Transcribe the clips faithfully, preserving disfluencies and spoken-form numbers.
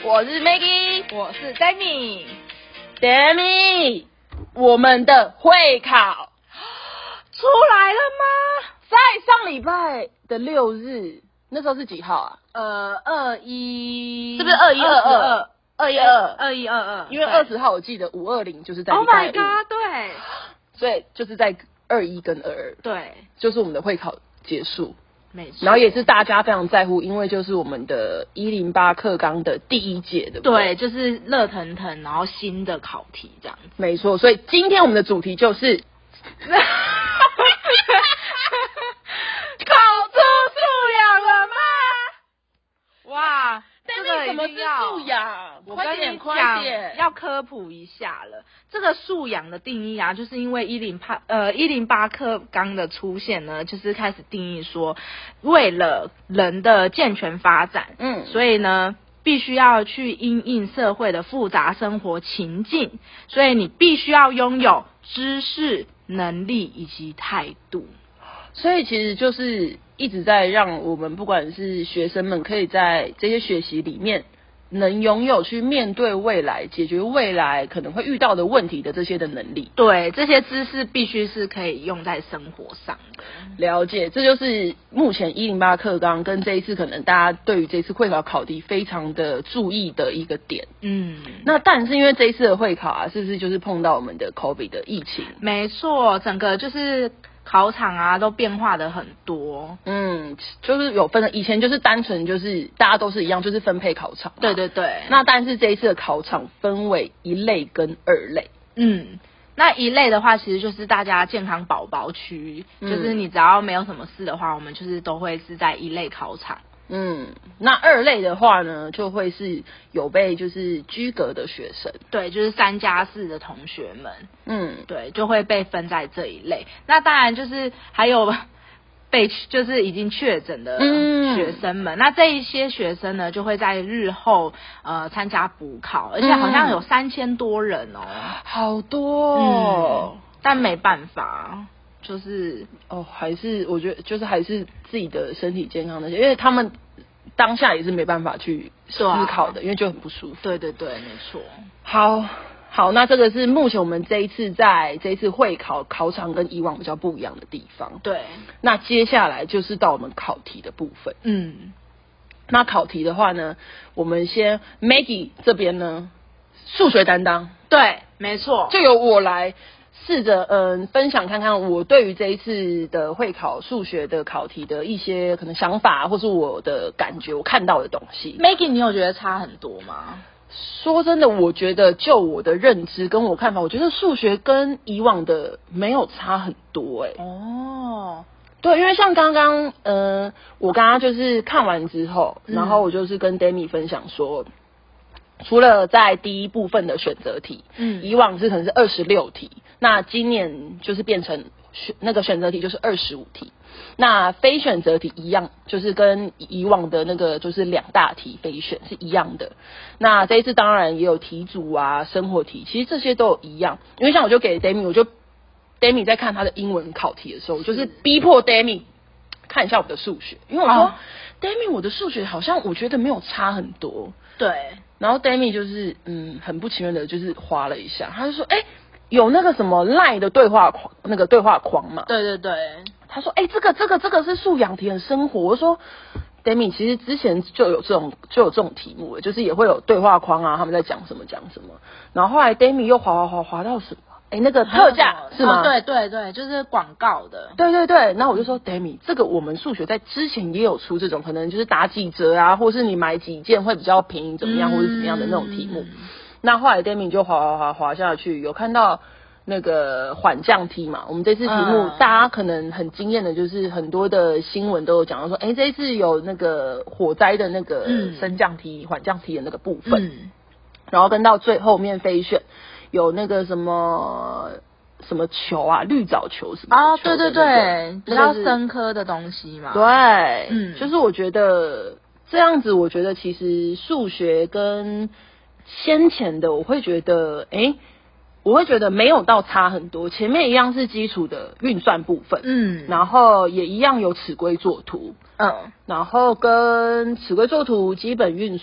我是 Maggie， 我是 Demi。 Demi， 我们的会考出来了吗？ 在上礼拜的六日，那时候是几号啊？ 呃，二一， 是不是二一二二？二一二二， 二一二二， 因为二十号我记得五二零就是在礼 Oh 拜 my 五， god， 对， 所以就是在二一跟二二， 对， 就是我们的会考结束。 没错， 然后也是大家非常在乎，因为就是我们的一零八课纲的第一届，对不对？ 对，就是热腾腾，然后新的考题这样子。 没错，所以今天我们的主题就是考出素养了吗？ 哇， 这个什么是素养？ 我快点跟你快点， 要科普一下了。这个素养的定义啊，就是因为一零八呃一零八课纲的出现呢，就是开始定义说，为了人的健全发展， 嗯， 所以呢，必须要去因应社会的复杂生活情境，所以你必须要拥有知识、能力以及态度。 所以其实就是一直在让我们不管是学生们，可以在这些学习里面能拥有去面对未来、解决未来可能会遇到的问题的这些的能力。 对，这些知识必须是可以用在生活上的。 了解，这就是目前一零八课纲跟这一次可能大家对于这次会考考题非常的注意的一个点。 嗯， 那但是因为这一次的会考啊，是不是就是碰到我们的 COVID 的疫情？ 没错，整个就是考场啊都变化的很多。 嗯，就是有分的，以前就是单纯就是大家都是一样，就是分配考场。 对对对。 那但是这一次的考场分为一类跟二类。 嗯。那一类的话，其实就是大家健康宝宝区，嗯、就是你只要没有什么事的话，我们就是都会是在一类考场。 嗯，那二类的话呢，就会是有被就是居隔的学生， 对，就是三加四的同学们， 嗯， 对，就会被分在这一类。那当然就是还有被就是已经确诊的学生们，嗯、那这一些学生呢，就会在日后呃参加补考，而且好像有三千多人哦， 好多哦， 嗯、但没办法。就是哦，还是我觉得就是还是自己的身体健康那些，因为他们当下也是没办法去思考的，啊、因为就很不舒服。 对对对，没错。 好，好，那这个是目前我们这一次在这一次会考考场跟以往比较不一样的地方。 对， 那接下来就是到我们考题的部分。 嗯， 那考题的话呢，我们先 Maggie 这边呢，数学担当。 对，没错， 就由我来。试着嗯分享看看我对于这一次的会考数学的考题的一些可能想法，或是我的感觉，我看到的东西。 Maggie， 你有觉得差很多吗？ 说真的，我觉得就我的认知跟我看法，我觉得数学跟以往的没有差很多哎、欸。 哦， 对，因为像刚刚呃，我刚刚就是看完之后，然后我就是跟 Demi 分享说。除了在第一部分的选择题，嗯，以往是可能是二十六题，那今年就是变成选那个选择题就是二十五题，那非选择题一样，就是跟以往的那个就是两大题非选是一样的。那这一次当然也有题组啊、生活题，其实这些都有一样。因为像我就给 Demi， 我就 Demi 在看他的英文考题的时候，我就是逼迫 Demi 看一下我的数学，因为我说、哦、Demi 我的数学好像我觉得没有差很多， 对。 然后 Demi 就是嗯很不情愿的，就是划了一下，他就说，哎、欸，有那个什么 LINE 的对话框，那个对话框嘛？ 对对对。 他说，哎、欸，这个这个这个是素养题，很生活。我说 Demi 其实之前就有这种就有这种题目，就是也会有对话框啊，他们在讲什么讲什么。然后后来 Demi 又划划划划到什么？哎、欸，那个特价是吗、 哦？对对对，就是广告的。 对对对，然后我就说 Demi， 这个我们数学在之前也有出这种，可能就是打几折啊，或是你买几件会比较便宜，怎么样，嗯、或是怎么样的那种题目。那后来 Demi 就滑滑滑滑下去，有看到那个缓降梯嘛？我们这次题目、嗯、大家可能很惊艳的，就是很多的新闻都有讲到说，哎，这一次有那个火灾的那个升降梯、缓、嗯、降梯的那个部分，嗯、然后跟到最后面非选。有那个什么什么球啊，绿藻球什么哦， 对对对对，比较深刻的东西嘛。 对，嗯，就是我觉得这样子，我觉得其实数学跟先前的，我会觉得，哎，我会觉得没有到差很多。前面一样是基础的运算部分，嗯，然后也一样有尺规作图，嗯，然后跟尺规作图、基本运算。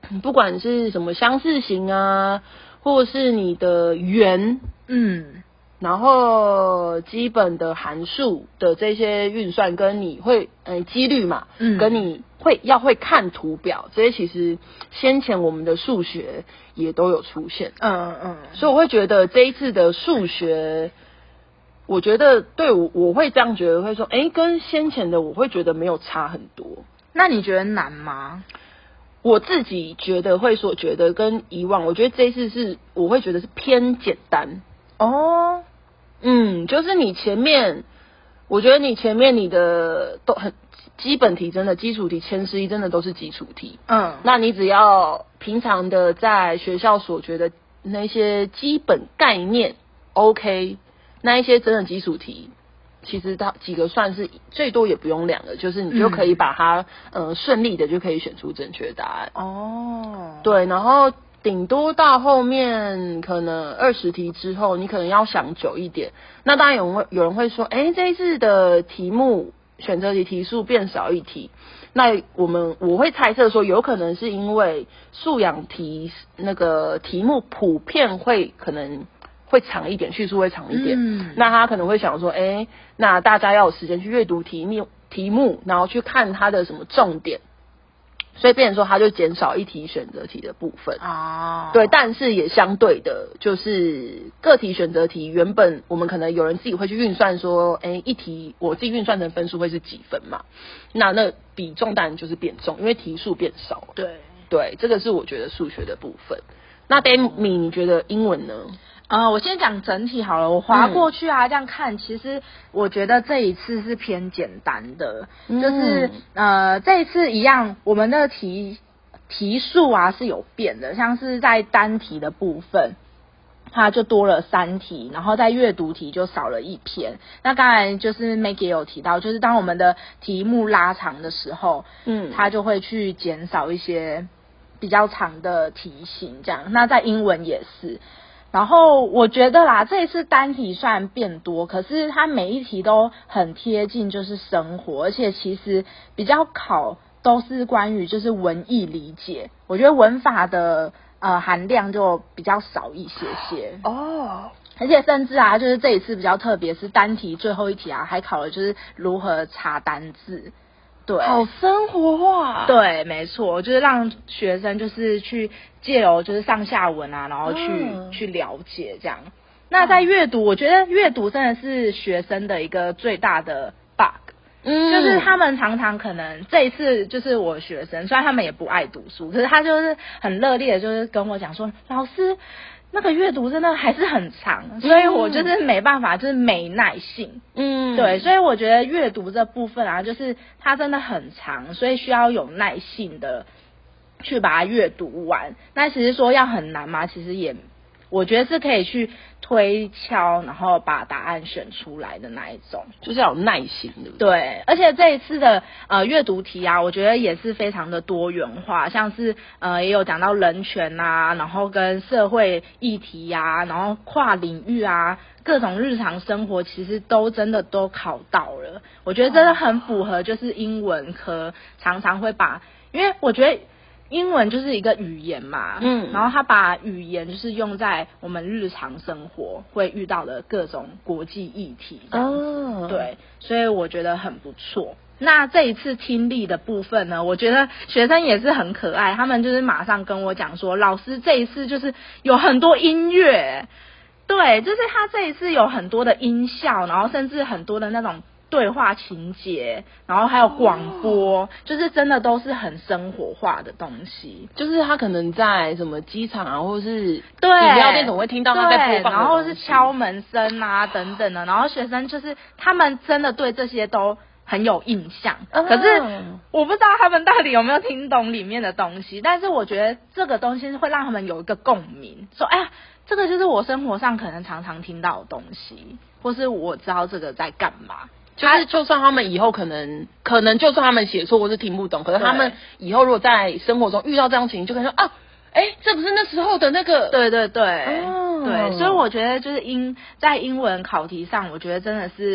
不管是什么相似型啊，或是你的圆， 嗯。 然后基本的函数的这些运算，跟你会呃几率嘛，嗯，跟你会要会看图表，这些其实先前我们的数学也都有出现，嗯嗯，所以我会觉得这一次的数学，我觉得对我我会这样觉得，会说，哎，跟先前的我会觉得没有差很多。 那你觉得难吗？ 我自己觉得会说，觉得跟以往，我觉得这一次是我会觉得是偏简单。哦，嗯，就是你前面，我觉得你前面你的都很基本题，真的基础题前十一真的都是基础题，嗯，那你只要平常的在学校所学的那些基本概念 ，OK， 那一些真的基础题，其实它几个算是最多也不用两个，就是你就可以把它呃顺利的就可以选出正确答案。哦，对，然后。顶多到后面可能二十题之后，你可能要想久一点。那当然有人会有人会说，哎，这一次的题目选择题题数变少一题。那我们我会猜测说，有可能是因为素养题那个题目普遍会可能会长一点，叙述会长一点。嗯，那他可能会想说，哎，那大家要有时间去阅读题目题目，然后去看它的什么重点。所以变成说，它就减少一题选择题的部分啊，对，但是也相对的，就是个题选择题原本我们可能有人自己会去运算说，哎，一题我自己运算成分数会是几分嘛？那那比重当然就是变重，因为题数变少。对对，这个是我觉得数学的部分。那 Demi， 你觉得英文呢？ 呃，我先讲整体好了。我滑过去啊，嗯、这样看，其实我觉得这一次是偏简单的，嗯、就是呃这一次一样，我们的题题数啊是有变的，像是在单题的部分，它就多了三题，然后在阅读题就少了一篇。那刚才就是 Maggie 也有提到，就是当我们的题目拉长的时候，嗯，它就会去减少一些比较长的题型，这样。那在英文也是。然后我觉得啦，这一次单题虽然变多，可是它每一题都很贴近就是生活，而且其实比较考都是关于就是文意理解，我觉得文法的呃含量就比较少一些些哦。而且甚至啊，就是这一次比较特别，是单题最后一题啊，还考了就是如何查单字。对， 好生活化。 对，没错，就是让学生就是去借由就是上下文啊，然后去、嗯、去了解这样。那在阅读，我觉得阅读真的是学生的一个最大的 bug， 嗯，就是他们常常可能这一次就是我学生，虽然他们也不爱读书，可是他就是很热烈的，就是跟我讲说，老师。那个阅读真的还是很长，所以我就是没办法，就是没耐性。嗯，对，所以我觉得阅读这部分啊，就是它真的很长，所以需要有耐性的去把它阅读完。那其实说要很难嘛，其实也我觉得是可以去推敲，然后把答案选出来的那一种， 就是要有耐心的。 对，而且这一次的呃阅读题啊，我觉得也是非常的多元化，像是呃也有讲到人权啊，然后跟社会议题啊，然后跨领域啊，各种日常生活其实都真的都考到了。我觉得真的很符合，就是英文科常常会把，因为我觉得。英文就是一个语言嘛，嗯，然后他把语言就是用在我们日常生活会遇到的各种国际议题这样子，哦，对，所以我觉得很不错。那这一次听力的部分呢，我觉得学生也是很可爱，他们就是马上跟我讲说，老师这一次就是有很多音乐，对，就是他这一次有很多的音效，然后甚至很多的那种。对话情节，然后还有广播，哦，就是真的都是很生活化的东西。 就是他可能在什么机场啊，或者是饮料店总会听到他在播放的， 然后是敲门声啊等等的，然后学生就是他们真的对这些都很有印象。哦，可是我不知道他们到底有没有听懂里面的东西，但是我觉得这个东西会让他们有一个共鸣，说哎呀，这个就是我生活上可能常常听到的东西，或是我知道这个在干嘛。 就是就算他们以后可能可能就算他们写错或是听不懂，可是他们以后如果在生活中遇到这样情形，就可以说啊，哎，这不是那时候的那个， 对对对，哦，对，所以我觉得就是英在英文考题上，我觉得真的是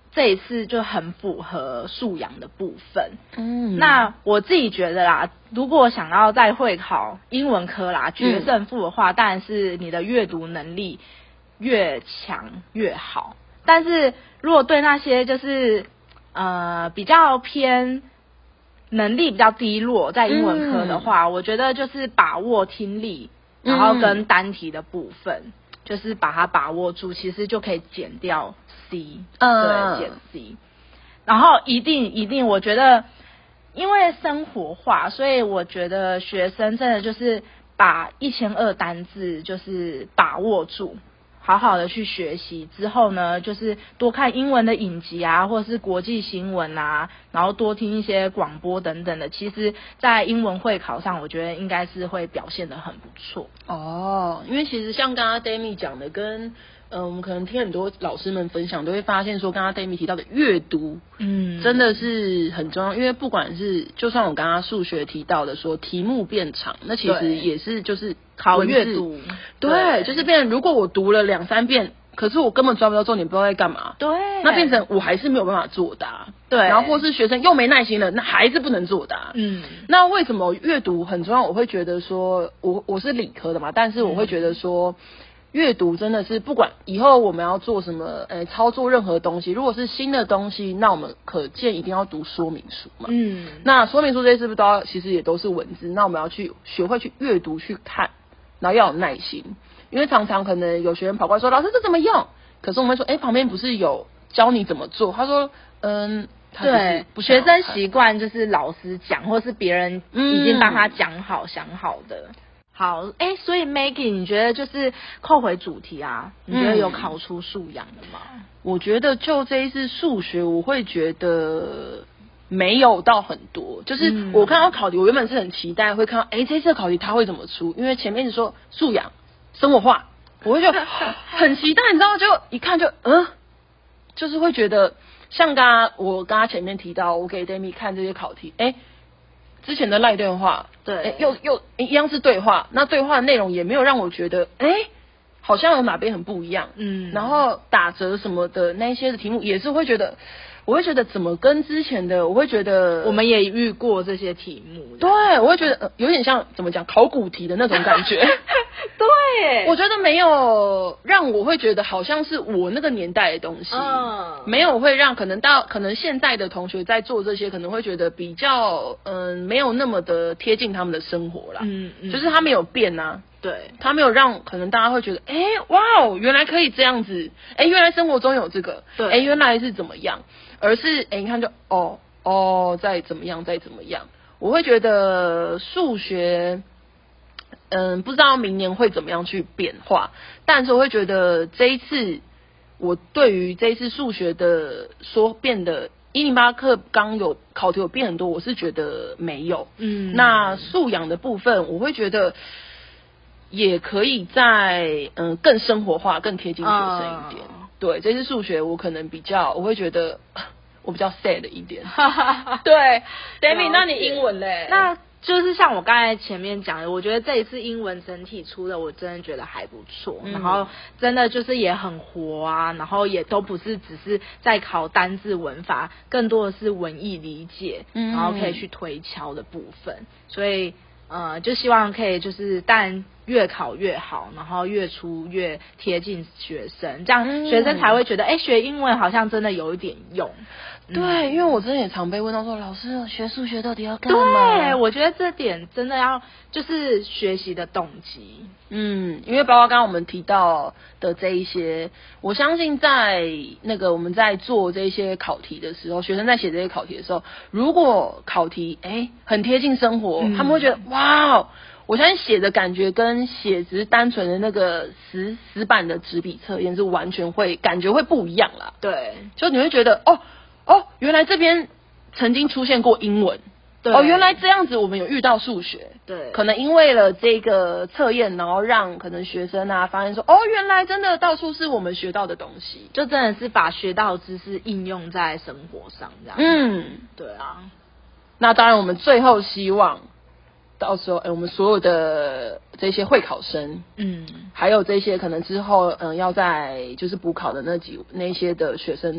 这一次就很符合素养的部分。 嗯， 那我自己觉得啦，如果想要在会考英文科啦决胜负的话，嗯、当然是你的阅读能力越强越好。但是如果对那些就是呃比较偏能力比较低落在英文科的话，嗯、我觉得就是把握听力，然后跟单题的部分。嗯就是把它把握住，其实就可以减掉 C， 嗯， 对，减 C。然后一定一定，我觉得因为生活化，所以我觉得学生真的就是把一千二单字就是把握住，好好的去学习之后呢，就是多看英文的影集啊，或者是国际新闻啊，然后多听一些广播等等的。其实，在英文会考上，我觉得应该是会表现得很不错。 哦，因为其实像刚刚 Demi 讲的，跟嗯、呃，我们可能听很多老师们分享，都会发现说，刚刚 Demi 提到的阅读，嗯，真的是很重要。因为不管是，就算我刚刚数学提到的说题目变长，那其实也是就是考阅读， 对，对就是变成如果我读了两三遍。可是我根本抓不到重点，不知道在干嘛。 对， 那变成我还是没有办法作答。 对， 然后或是学生又没耐心了，那还是不能作答。嗯，那为什么阅读很重要？我会觉得说，我我是理科的嘛，但是我会觉得说，阅读真的是不管以后我们要做什么，呃，操作任何东西，如果是新的东西，那我们可见一定要读说明书嘛。嗯，那说明书这些是不是都要？其实也都是文字。那我们要去学会去阅读去看，然后要有耐心。因为常常可能有学生跑过来说：“老师这怎么用？”可是我们会说：“哎、欸，旁边不是有教你怎么做？”他说：“嗯，他对，学生习惯就是老师讲，或是别人已经帮他讲好、嗯、想好的。好，哎、欸，所以 Maggie， 你觉得就是扣回主题啊？你觉得有考出素养的吗？ 嗯、我觉得就这一次数学，我会觉得。没有到很多，就是我看到考题，我原本是很期待会看到，哎、欸，这次考题他会怎么出？因为前面一直说素养、生活化，我会觉得很期待，你知道，就一看就嗯，就是会觉得像刚刚我刚刚前面提到，我给 Demi 看这些考题，哎、欸，之前的赖对话， 对， 欸、又又一样是对话，那对话的内容也没有让我觉得，哎、欸，好像有哪边很不一样，嗯，然后打折什么的那些的题目也是会觉得。我会觉得怎么跟之前的，我会觉得我们也遇过这些题目， 对，我会觉得、呃、有点像怎么讲考古题的那种感觉。 对， 我觉得没有让我会觉得好像是我那个年代的东西，嗯，没有会让可能到可能现在的同学在做这些，可能会觉得比较嗯、呃、没有那么的贴近他们的生活啦，嗯嗯，就是他没有变啊。 对， 他没有让可能大家会觉得，哎、欸，哇哦，原来可以这样子，哎、欸，原来生活中有这个，对，哎、欸，原来是怎么样，而是哎、欸，你看就哦哦，再怎么样，再怎么样，我会觉得数学，嗯，不知道明年会怎么样去变化，但是我会觉得这一次，我对于这一次数学的说变得。一零八课刚有考题有变很多，我是觉得没有，嗯，那素养的部分，我会觉得。也可以再嗯更生活化、更贴近学生一点。Uh, 对，这次数学我可能比较，我会觉得我比较 sad 一点。对 ，Demi， 那你英文嘞？ 那就是像我刚才前面讲的，我觉得这一次英文整体出的，我真的觉得还不错。嗯、然后真的就是也很活啊，然后也都不是只是在考单字文法，更多的是文意理解，嗯、然后可以去推敲的部分。所以呃，就希望可以就是但。越考越好，然后越出越贴近学生，这样学生才会觉得，哎、嗯欸，学英文好像真的有一点用。 对，嗯、因为我之前也常被问到说，老师学数学到底要干嘛？ 对，我觉得这点真的要就是学习的动机。 嗯，因为包括刚刚我们提到的这一些，我相信在那个我们在做这些考题的时候，学生在写这些考题的时候，如果考题哎、欸、很贴近生活，嗯、他们会觉得哇。我相信写的感觉跟写只是单纯的那个死死板的纸笔测验是完全会感觉会不一样啦。 对， 就你会觉得哦哦，原来这边曾经出现过英文， 对， 哦，原来这样子我们有遇到数学， 对， 可能因为了这个测验，然后让可能学生啊发现说，哦，原来真的到处是我们学到的东西， 就真的是把学到的知识应用在生活上这样。 嗯， 对啊。 那当然，我们最后希望。到时候，哎、欸，我们所有的这些会考生，嗯，还有这些可能之后，嗯，要在就是补考的那几那些的学生，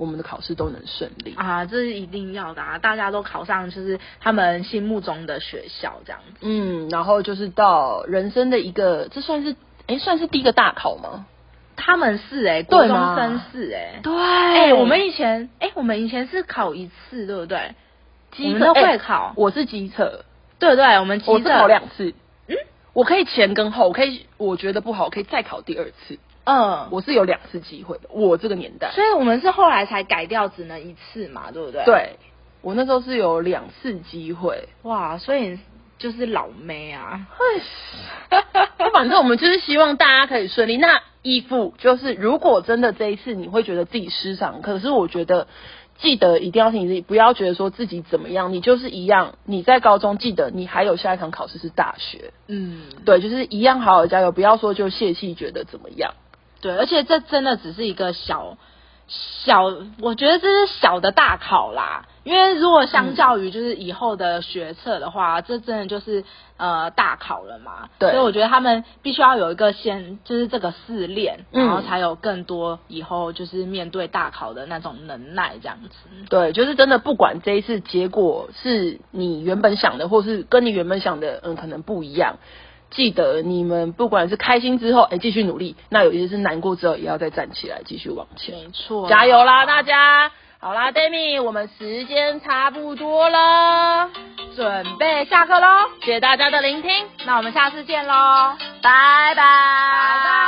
我们的考试都能顺利啊，这是一定要的啊！大家都考上就是他们心目中的学校这样子。 嗯，然后就是到人生的一个，这算是哎算是第一个大考吗？ 他们是哎、欸，国中生是哎、欸， 对， 哎、欸，我们以前哎、欸，我们以前是考一次，对不对？我们都会考、欸， 我是基测， 对对，我们基测我是考两次， 嗯， 我可以前跟后，我可以我觉得不好，我可以再考第二次， 嗯， 我是有两次机会的，我这个年代， 所以我们是后来才改掉，只能一次嘛，对不对？ 对，我那时候是有两次机会， 哇，所以就是老妹啊， 反正我们就是希望大家可以顺利。那依附就是如果真的这一次你会觉得自己失常，可是我觉得记得一定要提醒自己，不要觉得说自己怎么样，你就是一样，你在高中记得你还有下一场考试是大学， 嗯， 对，就是一样好好加油，不要说就泄气觉得怎么样。 对，而且这真的只是一个小小，我觉得这是小的大考啦。因为如果相较于就是以后的学测的话，嗯、这真的就是呃大考了嘛。 对， 所以我觉得他们必须要有一个先就是这个试炼， 嗯、 然后才有更多以后就是面对大考的那种能耐这样子。 对，就是真的不管这一次结果是你原本想的，或是跟你原本想的嗯可能不一样。记得你们不管是开心之后，哎，继续努力；那有些是难过之后，也要再站起来，继续往前。 没错， 加油啦，大家！好啦 ，Demi，我们时间差不多了， 准备下课喽。 谢谢大家的聆听， 那我们下次见喽， 拜拜， 拜拜。